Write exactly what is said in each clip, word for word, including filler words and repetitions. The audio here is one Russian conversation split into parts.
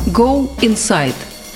Go Inside.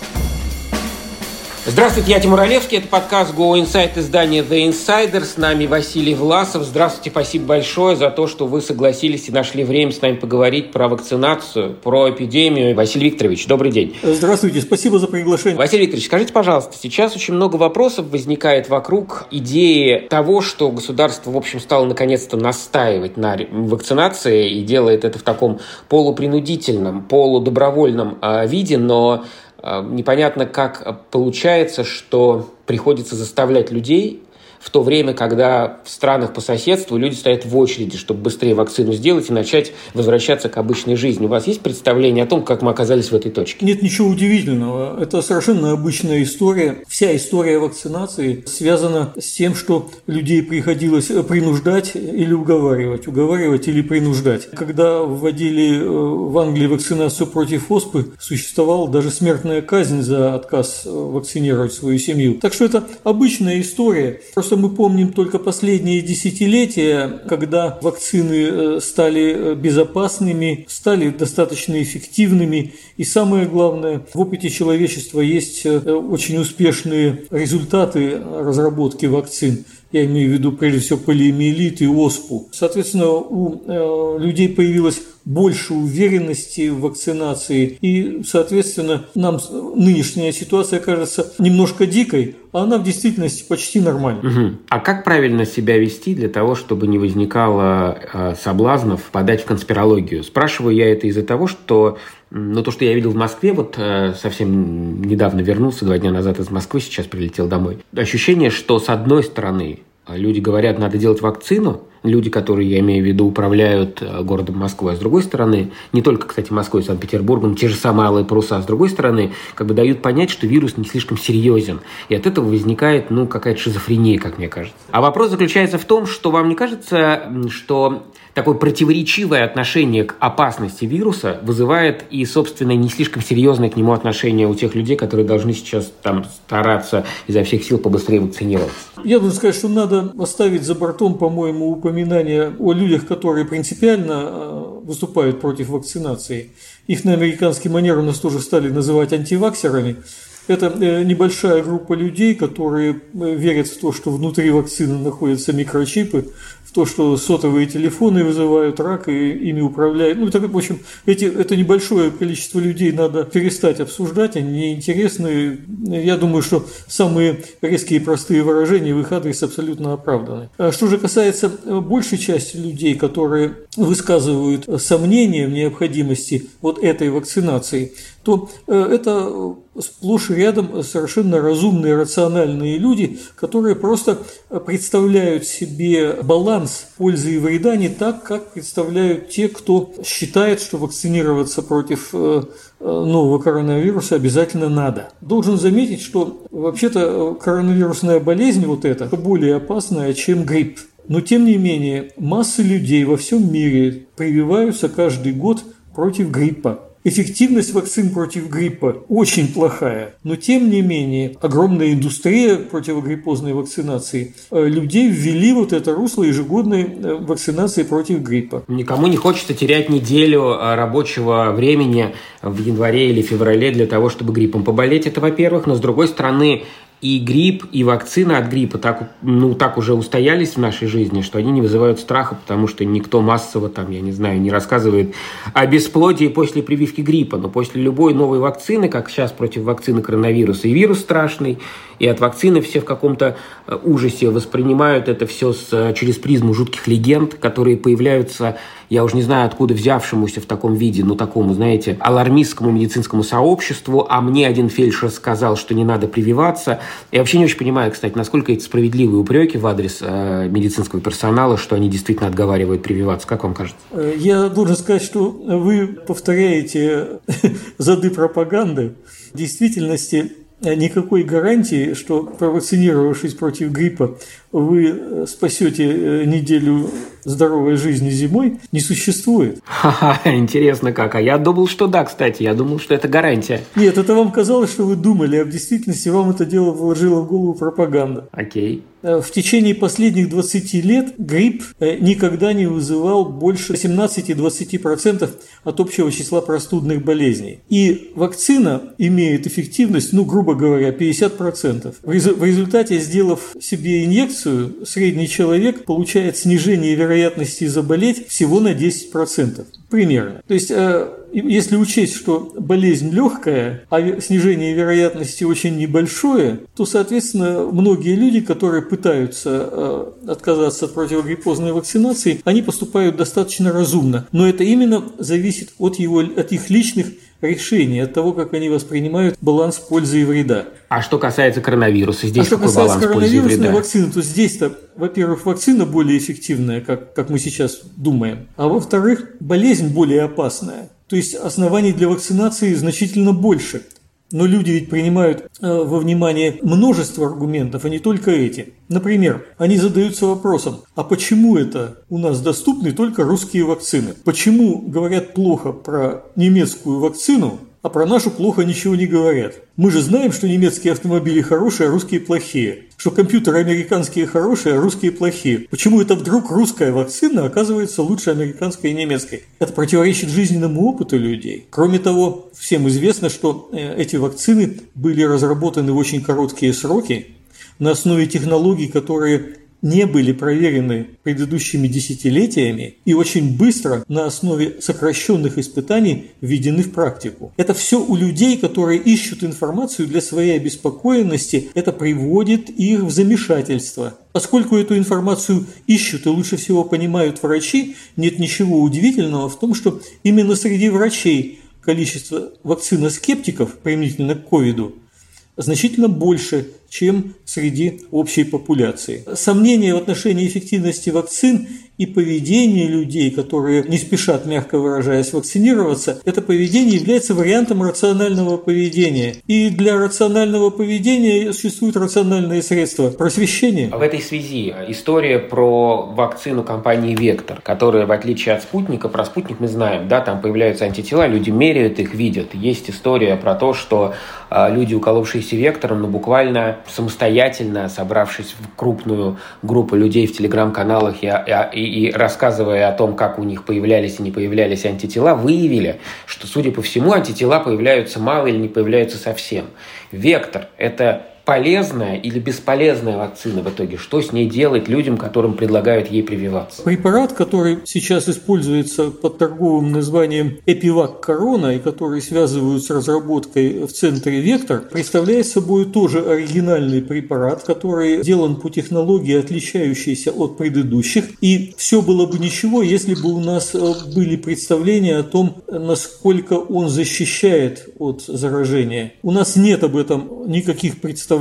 Здравствуйте, я Тимур Олевский. Это подкаст Go Inside издания The Insider. С нами Василий Власов. Здравствуйте, спасибо большое за то, что вы согласились и нашли время с нами поговорить про вакцинацию, про эпидемию. Василий Викторович, добрый день. Здравствуйте, спасибо за приглашение. Василий Викторович, скажите, пожалуйста, сейчас очень много вопросов возникает вокруг идеи того, что государство, в общем, стало наконец-то настаивать на вакцинации и делает это в таком полупринудительном, полудобровольном э, виде, но непонятно, как получается, что приходится заставлять людей в то время, когда в странах по соседству люди стоят в очереди, чтобы быстрее вакцину сделать и начать возвращаться к обычной жизни. У вас есть представление о том, как мы оказались в этой точке? Нет ничего удивительного. Это совершенно обычная история. Вся история вакцинации связана с тем, что людей приходилось принуждать или уговаривать, уговаривать или принуждать. Когда вводили в Англии вакцинацию против оспы, существовала даже смертная казнь за отказ вакцинировать свою семью. Так что это обычная история. Просто мы помним только последние десятилетия, когда вакцины стали безопасными, стали достаточно эффективными. И самое главное, в опыте человечества есть очень успешные результаты разработки вакцин. Я имею в виду, прежде всего, полиомиелит и оспу. Соответственно, у э, людей появилось больше уверенности в вакцинации. И, соответственно, нам нынешняя ситуация кажется немножко дикой, а она в действительности почти нормальной. Угу. А как правильно себя вести для того, чтобы не возникало э, соблазнов подать в конспирологию? Спрашиваю я это из-за того, что ну, то, что я видел в Москве, вот э, совсем недавно вернулся, два дня назад из Москвы, сейчас прилетел домой. Ощущение, что с одной стороны люди говорят, надо делать вакцину, люди, которые, я имею в виду, управляют городом Москвой, а с другой стороны, не только, кстати, Москвой, Санкт-Петербургом, те же самые алые паруса, а с другой стороны, как бы дают понять, что вирус не слишком серьезен. И от этого возникает, ну, какая-то шизофрения, как мне кажется. А вопрос заключается в том, что вам не кажется, что такое противоречивое отношение к опасности вируса вызывает и, собственно, не слишком серьезное к нему отношение у тех людей, которые должны сейчас там стараться изо всех сил побыстрее вакцинироваться? Я должен сказать, что надо оставить за бортом, по-моему, упоминание о людях, которые принципиально выступают против вакцинации. Их на американский манер у нас тоже стали называть антиваксерами. Это небольшая группа людей, которые верят в то, что внутри вакцины находятся микрочипы, в то, что сотовые телефоны вызывают рак и ими управляют. Ну, так, в общем, эти, это небольшое количество людей надо перестать обсуждать, они неинтересны. Я думаю, что самые резкие и простые выражения в их адрес абсолютно оправданы. А что же касается большей части людей, которые высказывают сомнения в необходимости вот этой вакцинации, то это сплошь и рядом совершенно разумные, рациональные люди, которые просто представляют себе баланс пользы и вреда не так, как представляют те, кто считает, что вакцинироваться против нового коронавируса обязательно надо. Должен заметить, что вообще-то коронавирусная болезнь вот эта более опасная, чем грипп. Но тем не менее массы людей во всем мире прививаются каждый год против гриппа. Эффективность вакцин против гриппа очень плохая, но тем не менее огромная индустрия противогриппозной вакцинации людей ввели вот это русло ежегодной вакцинации против гриппа. Никому не хочется терять неделю рабочего времени в январе или феврале для того, чтобы гриппом поболеть. Это, во-первых, но с другой стороны, и грипп, и вакцина от гриппа так, ну, так уже устоялись в нашей жизни, что они не вызывают страха, потому что никто массово, там, я не знаю, не рассказывает о бесплодии после прививки гриппа. Но после любой новой вакцины, как сейчас против вакцины коронавируса, и вирус страшный, и от вакцины все в каком-то ужасе воспринимают это все с, через призму жутких легенд, которые появляются, я уж не знаю, откуда взявшемуся в таком виде, но такому, знаете, алармистскому медицинскому сообществу, а мне один фельдшер сказал, что не надо прививаться. Я вообще не очень понимаю, кстати, насколько это справедливые упреки в адрес э, медицинского персонала, что они действительно отговаривают прививаться. Как вам кажется? Я должен сказать, что вы повторяете зады пропаганды. В действительности никакой гарантии, что провакцинировавшись против гриппа, вы спасете неделю здоровой жизни зимой, не существует. Ха-ха, интересно как. А я думал, что да, кстати. Я думал, что это гарантия. Нет, это вам казалось, что вы думали, а в действительности вам это дело вложила в голову пропаганда. Окей. В течение последних двадцати лет грипп никогда не вызывал больше семнадцати-двадцати процентов от общего числа простудных болезней. И вакцина имеет эффективность, ну, грубо говоря, пятьдесят процентов. В результате, сделав себе инъекцию, средний человек получает снижение вероятности заболеть всего на десять процентов. Примерно. То есть, если учесть, что болезнь легкая, а снижение вероятности очень небольшое, то, соответственно, многие люди, которые пытаются отказаться от противогриппозной вакцинации, они поступают достаточно разумно. Но это именно зависит от, его, от их личных решений, от того, как они воспринимают баланс пользы и вреда. А что касается коронавируса, здесь а какой баланс пользы и вреда? А что касается коронавирусной вакцины, то здесь-то, во-первых, вакцина более эффективная, как, как мы сейчас думаем, а во-вторых, болезнь более опасная. То есть оснований для вакцинации значительно больше. Но люди ведь принимают э, во внимание множество аргументов, а не только эти. Например, они задаются вопросом, а почему это у нас доступны только русские вакцины? Почему говорят плохо про немецкую вакцину, а про нашу плохо ничего не говорят? Мы же знаем, что немецкие автомобили хорошие, а русские плохие. Что компьютеры американские хорошие, а русские плохие. Почему это вдруг русская вакцина оказывается лучше американской и немецкой? Это противоречит жизненному опыту людей. Кроме того, всем известно, что эти вакцины были разработаны в очень короткие сроки на основе технологий, которые не были проверены предыдущими десятилетиями и очень быстро на основе сокращенных испытаний введены в практику. Это все у людей, которые ищут информацию для своей обеспокоенности, это приводит их в замешательство. Поскольку эту информацию ищут и лучше всего понимают врачи, нет ничего удивительного в том, что именно среди врачей количество вакциноскептиков применительно к ковиду значительно больше, чем среди общей популяции. Сомнения в отношении эффективности вакцин и поведения людей, которые не спешат, мягко выражаясь, вакцинироваться, это поведение является вариантом рационального поведения. И для рационального поведения существуют рациональные средства просвещения. В этой связи история про вакцину компании «Вектор», которая, в отличие от «Спутника», про «Спутник» мы знаем, да, там появляются антитела, люди меряют их, видят. Есть история про то, что э, люди, уколовшиеся «Вектором», ну, буквально самостоятельно, собравшись в крупную группу людей в телеграм-каналах и, и и рассказывая о том, как у них появлялись и не появлялись антитела, выявили, что, судя по всему, антитела появляются мало или не появляются совсем. Вектор – это полезная или бесполезная вакцина в итоге? Что с ней делать людям, которым предлагают ей прививаться? Препарат, который сейчас используется под торговым названием Эпивак Корона и который связывают с разработкой в центре «Вектор», представляет собой тоже оригинальный препарат, который сделан по технологии, отличающейся от предыдущих. И все было бы ничего, если бы у нас были представления о том, насколько он защищает от заражения. У нас нет об этом никаких представлений.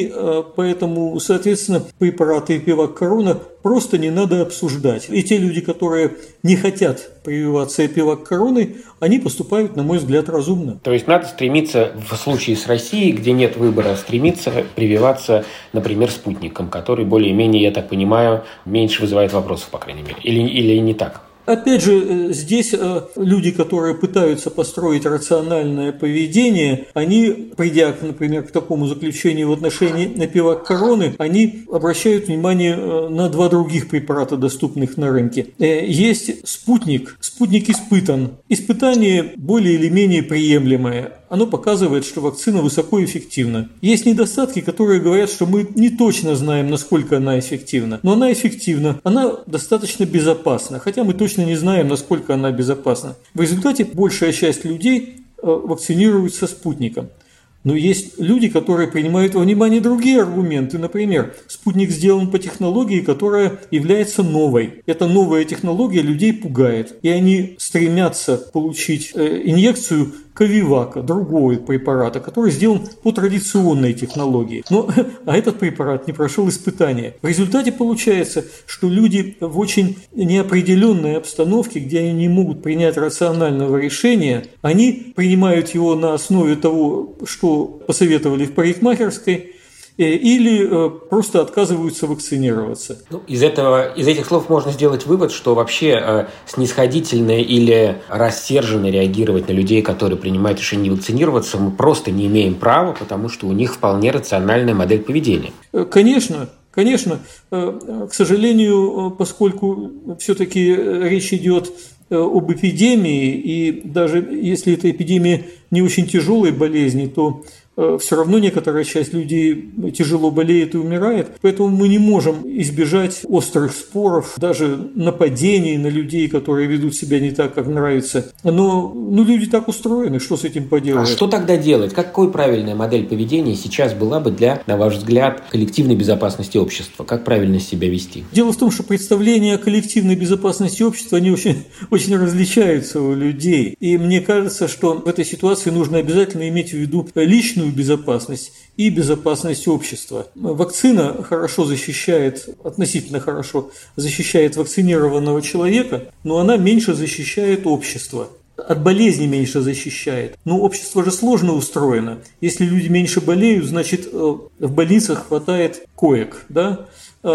Поэтому, соответственно, препараты Эпивак Корона просто не надо обсуждать. И те люди, которые не хотят прививаться Эпивак Короной, они поступают, на мой взгляд, разумно. То есть надо стремиться, в случае с Россией, где нет выбора, стремиться прививаться, например, спутником, который более-менее, я так понимаю, меньше вызывает вопросов, по крайней мере. Или, или не так? Опять же, здесь люди, которые пытаются построить рациональное поведение, они, придя, например, к такому заключению в отношении Эпивак Короны, они обращают внимание на два других препарата, доступных на рынке. Есть спутник. Спутник испытан. Испытание более или менее приемлемое. Оно показывает, что вакцина высокоэффективна. Есть недостатки, которые говорят, что мы не точно знаем, насколько она эффективна. Но она эффективна, она достаточно безопасна, хотя мы точно не знаем, насколько она безопасна. В результате большая часть людей вакцинируются спутником. Но есть люди, которые принимают во внимание другие аргументы. Например, спутник сделан по технологии, которая является новой. Эта новая технология людей пугает. И они стремятся получить инъекцию Ковивака, другого препарата, который сделан по традиционной технологии. Но, а этот препарат не прошел испытания. В результате получается, что люди в очень неопределенной обстановке, где они не могут принять рационального решения, они принимают его на основе того, что посоветовали в парикмахерской, или просто отказываются вакцинироваться. Ну, из, этого, из этих слов можно сделать вывод, что вообще э, снисходительно или рассерженно реагировать на людей, которые принимают решение не вакцинироваться, мы просто не имеем права, потому что у них вполне рациональная модель поведения. Конечно. Конечно, к сожалению, поскольку все-таки речь идет об эпидемии, и даже если эта эпидемия не очень тяжелой болезни, то все равно некоторая часть людей тяжело болеет и умирает, поэтому мы не можем избежать острых споров, даже нападений на людей, которые ведут себя не так, как нравится. Но ну, люди так устроены, что с этим поделать? А что тогда делать? Какой правильная модель поведения сейчас была бы для, на ваш взгляд, коллективной безопасности общества? Как правильно себя вести? Дело в том, что представления о коллективной безопасности общества, они очень, очень различаются у людей. И мне кажется, что в этой ситуации нужно обязательно иметь в виду личную безопасность и безопасность общества. Вакцина хорошо защищает, относительно хорошо защищает вакцинированного человека, но она меньше защищает общество. От болезни меньше защищает. Но общество же сложно устроено. Если люди меньше болеют, значит в больницах хватает коек, да?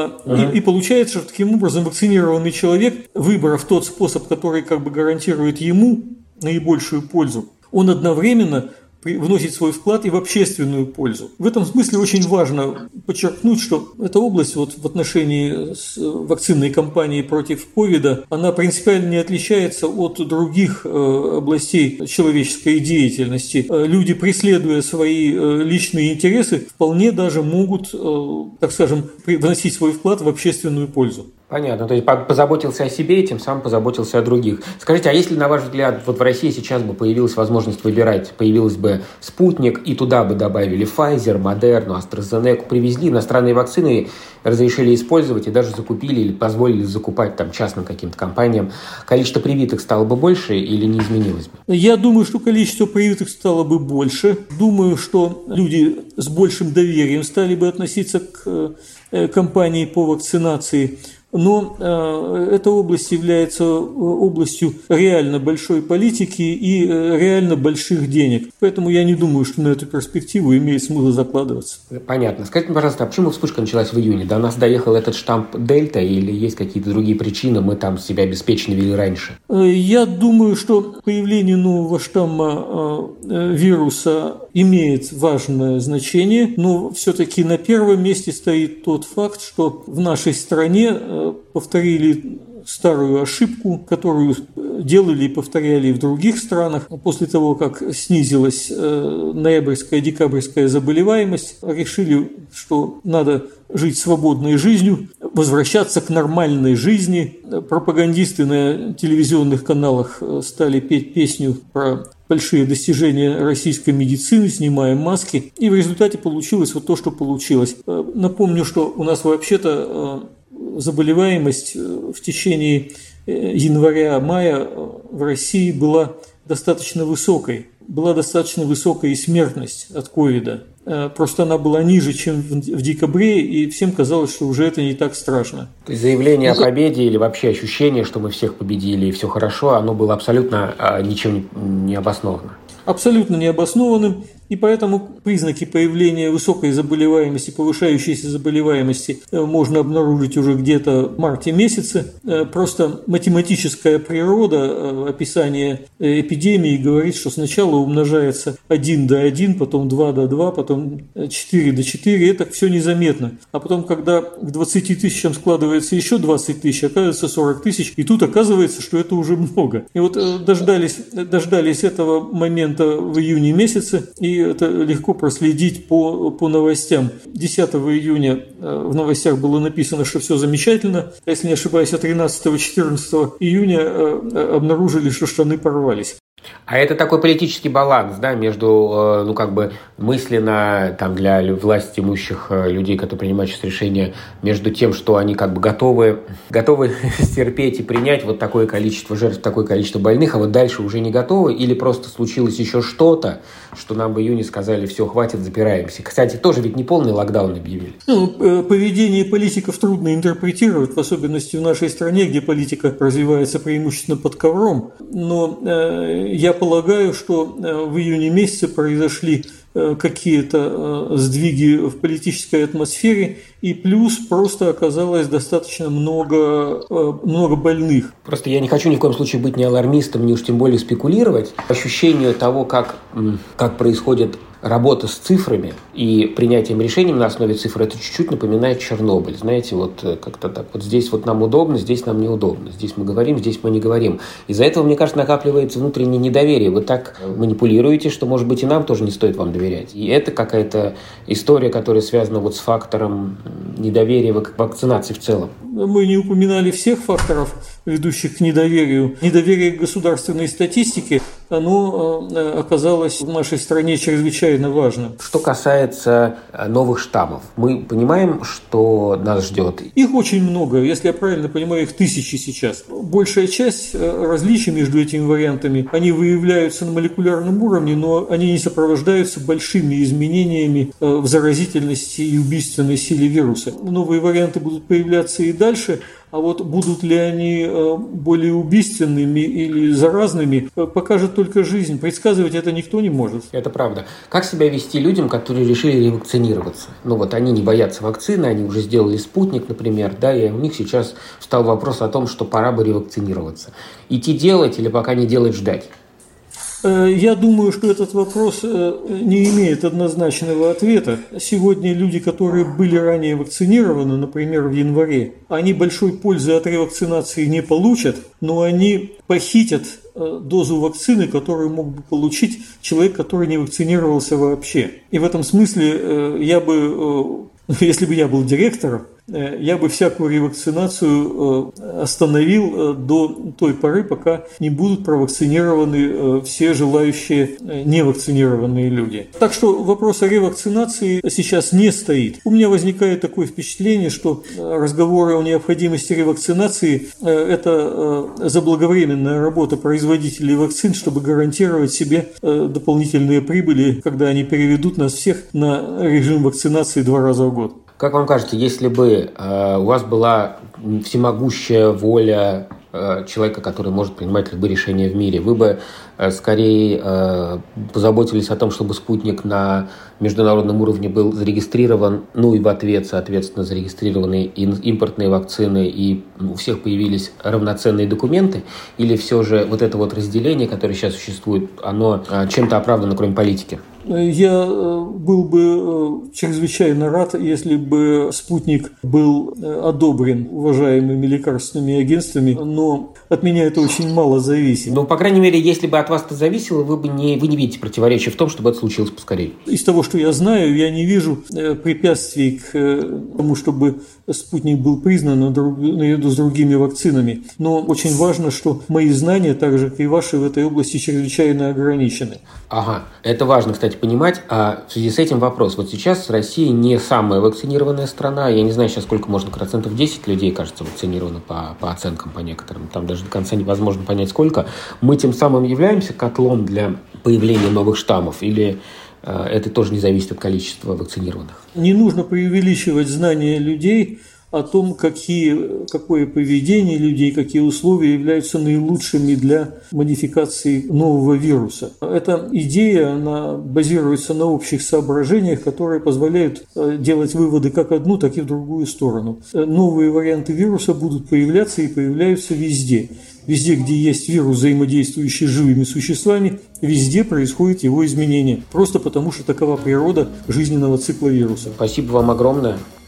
И, и получается, что таким образом вакцинированный человек, выбрав тот способ, который как бы гарантирует ему наибольшую пользу, он одновременно вносит свой вклад и в общественную пользу. В этом смысле очень важно подчеркнуть, что эта область вот в отношении с вакцинной кампании против ковида, она принципиально не отличается от других областей человеческой деятельности. Люди, преследуя свои личные интересы, вполне даже могут, так скажем, вносить свой вклад в общественную пользу. Понятно, то есть позаботился о себе и тем самым позаботился о других. Скажите, а если, на ваш взгляд, вот в России сейчас бы появилась возможность выбирать, появилась бы «Спутник», и туда бы добавили Pfizer, Moderna, AstraZeneca, привезли иностранные вакцины, разрешили использовать и даже закупили или позволили закупать там частным каким-то компаниям, количество привитых стало бы больше или не изменилось бы? Я думаю, что количество привитых стало бы больше. Думаю, что люди с большим доверием стали бы относиться к кампании по вакцинации. Но э, эта область является областью реально большой политики и э, реально больших денег. Поэтому я не думаю, что на эту перспективу имеет смысл закладываться. Понятно. Скажите, пожалуйста, а почему вспышка началась в июне? До нас доехал этот штамп Дельта или есть какие-то другие причины? Мы там себя обеспеченно вели раньше? Я думаю, что появление нового штамма э, вируса имеет важное значение, но все-таки на первом месте стоит тот факт, что в нашей стране повторили старую ошибку, которую делали и повторяли в других странах. После того, как снизилась ноябрьская, декабрьская заболеваемость, решили, что надо жить свободной жизнью, возвращаться к нормальной жизни. Пропагандисты на телевизионных каналах стали петь песню про большие достижения российской медицины, снимая маски, и в результате получилось вот то, что получилось. Напомню, что у нас вообще-то заболеваемость в течение января-мая в России была достаточно высокой. Была достаточно высокая и смертность от ковида. Просто она была ниже, чем в декабре, и всем казалось, что уже это не так страшно. То есть заявление ну, о победе или вообще ощущение, что мы всех победили и все хорошо, оно было абсолютно ничем не обосновано? Абсолютно необоснованным. И поэтому признаки появления высокой заболеваемости, повышающейся заболеваемости можно обнаружить уже где-то в марте месяце. Просто математическая природа описания эпидемии говорит, что сначала умножается один до одного, потом два до двух, потом четыре до четырёх. Это все незаметно. А потом, когда к двадцати тысячам складывается еще двадцать тысяч, оказывается сорок тысяч, и тут оказывается, что это уже много. И вот дождались, дождались этого момента в июне месяце, и это легко проследить по, по новостям. десятого июня в новостях было написано, что все замечательно. Если не ошибаюсь, а тринадцатого-четырнадцатого июня обнаружили, что штаны порвались. А это такой политический баланс, да, между, ну, как бы, мысленно, там, для власти имущих людей, которые принимают сейчас решения, между тем, что они, как бы, готовы, готовы стерпеть и принять вот такое количество жертв, такое количество больных, а вот дальше уже не готовы, или просто случилось еще что-то, что нам в июне сказали, все, хватит, запираемся. Кстати, тоже ведь не полный локдаун объявили. Ну, поведение политиков трудно интерпретировать, в особенности в нашей стране, где политика развивается преимущественно под ковром, но я полагаю, что в июне месяце произошли какие-то сдвиги в политической атмосфере, и плюс просто оказалось достаточно много, много больных. Просто я не хочу ни в коем случае быть ни алармистом, ни уж тем более спекулировать. Ощущение того, как, как происходит работа с цифрами и принятием решений на основе цифр, это чуть-чуть напоминает Чернобыль. Знаете, вот как-то так. Вот здесь вот нам удобно, здесь нам неудобно. Здесь мы говорим, здесь мы не говорим. Из-за этого, мне кажется, накапливается внутреннее недоверие. Вы так манипулируете, что, может быть, и нам тоже не стоит вам доверять. И это какая-то история, которая связана вот с фактором недоверия к вакцинации в целом. Мы не упоминали всех факторов, ведущих к недоверию. Недоверие к государственной статистике, оно оказалось в нашей стране чрезвычайно важным. Что касается новых штаммов, мы понимаем, что нас ждет? Их очень много, если я правильно понимаю, их тысячи сейчас. Большая часть различий между этими вариантами, они выявляются на молекулярном уровне, но они не сопровождаются большими изменениями в заразительности и убийственной силе вируса. Новые варианты будут появляться и дальше, а вот будут ли они более убийственными или заразными, покажет только жизнь. Предсказывать это никто не может. Это правда. Как себя вести людям, которые решили ревакцинироваться? Ну вот они не боятся вакцины, они уже сделали спутник, например, да, и у них сейчас встал вопрос о том, что пора бы ревакцинироваться. Идти делать или пока не делать, ждать? Я думаю, что этот вопрос не имеет однозначного ответа. Сегодня люди, которые были ранее вакцинированы, например, в январе, они большой пользы от ревакцинации не получат, но они похитят дозу вакцины, которую мог бы получить человек, который не вакцинировался вообще. И в этом смысле я бы, если бы я был директором, я бы всякую ревакцинацию остановил до той поры, пока не будут провакцинированы все желающие невакцинированные люди. Так что вопрос о ревакцинации сейчас не стоит. У меня возникает такое впечатление, что разговоры о необходимости ревакцинации – это заблаговременная работа производителей вакцин, чтобы гарантировать себе дополнительные прибыли, когда они переведут нас всех на режим вакцинации два раза в год. Как вам кажется, если бы э, у вас была всемогущая воля э, человека, который может принимать любые решения в мире, вы бы э, скорее э, позаботились о том, чтобы спутник на международном уровне был зарегистрирован, ну и в ответ, соответственно, зарегистрированы импортные вакцины, и у всех появились равноценные документы, или все же вот это вот разделение, которое сейчас существует, оно э, чем-то оправдано, кроме политики? Я был бы чрезвычайно рад, если бы спутник был одобрен уважаемыми лекарственными агентствами, но от меня это очень мало зависит. Ну, по крайней мере, если бы от вас это зависело, вы бы не, вы не видите противоречия в том, чтобы это случилось поскорее. Из того, что я знаю, я не вижу препятствий к тому, чтобы спутник был признан наряду с другими вакцинами. Но очень важно, что мои знания, так же как и ваши, в этой области чрезвычайно ограничены. Ага, это важно, кстати, понимать. А в связи с этим вопрос. Вот сейчас Россия не самая вакцинированная страна. Я не знаю сейчас, сколько можно, процентов десять людей, кажется, вакцинировано по, по оценкам, по некоторым. Там даже до конца невозможно понять, сколько. Мы тем самым являемся котлом для появления новых штаммов? Или э, это тоже не зависит от количества вакцинированных? Не нужно преувеличивать знания людей о том, какие, какое поведение людей, какие условия являются наилучшими для модификации нового вируса. Эта идея, она базируется на общих соображениях, которые позволяют делать выводы как одну, так и в другую сторону. Новые варианты вируса будут появляться и появляются везде. Везде, где есть вирус, взаимодействующий с живыми существами, везде происходит его изменение. Просто потому, что такова природа жизненного цикла вируса. Спасибо вам огромное.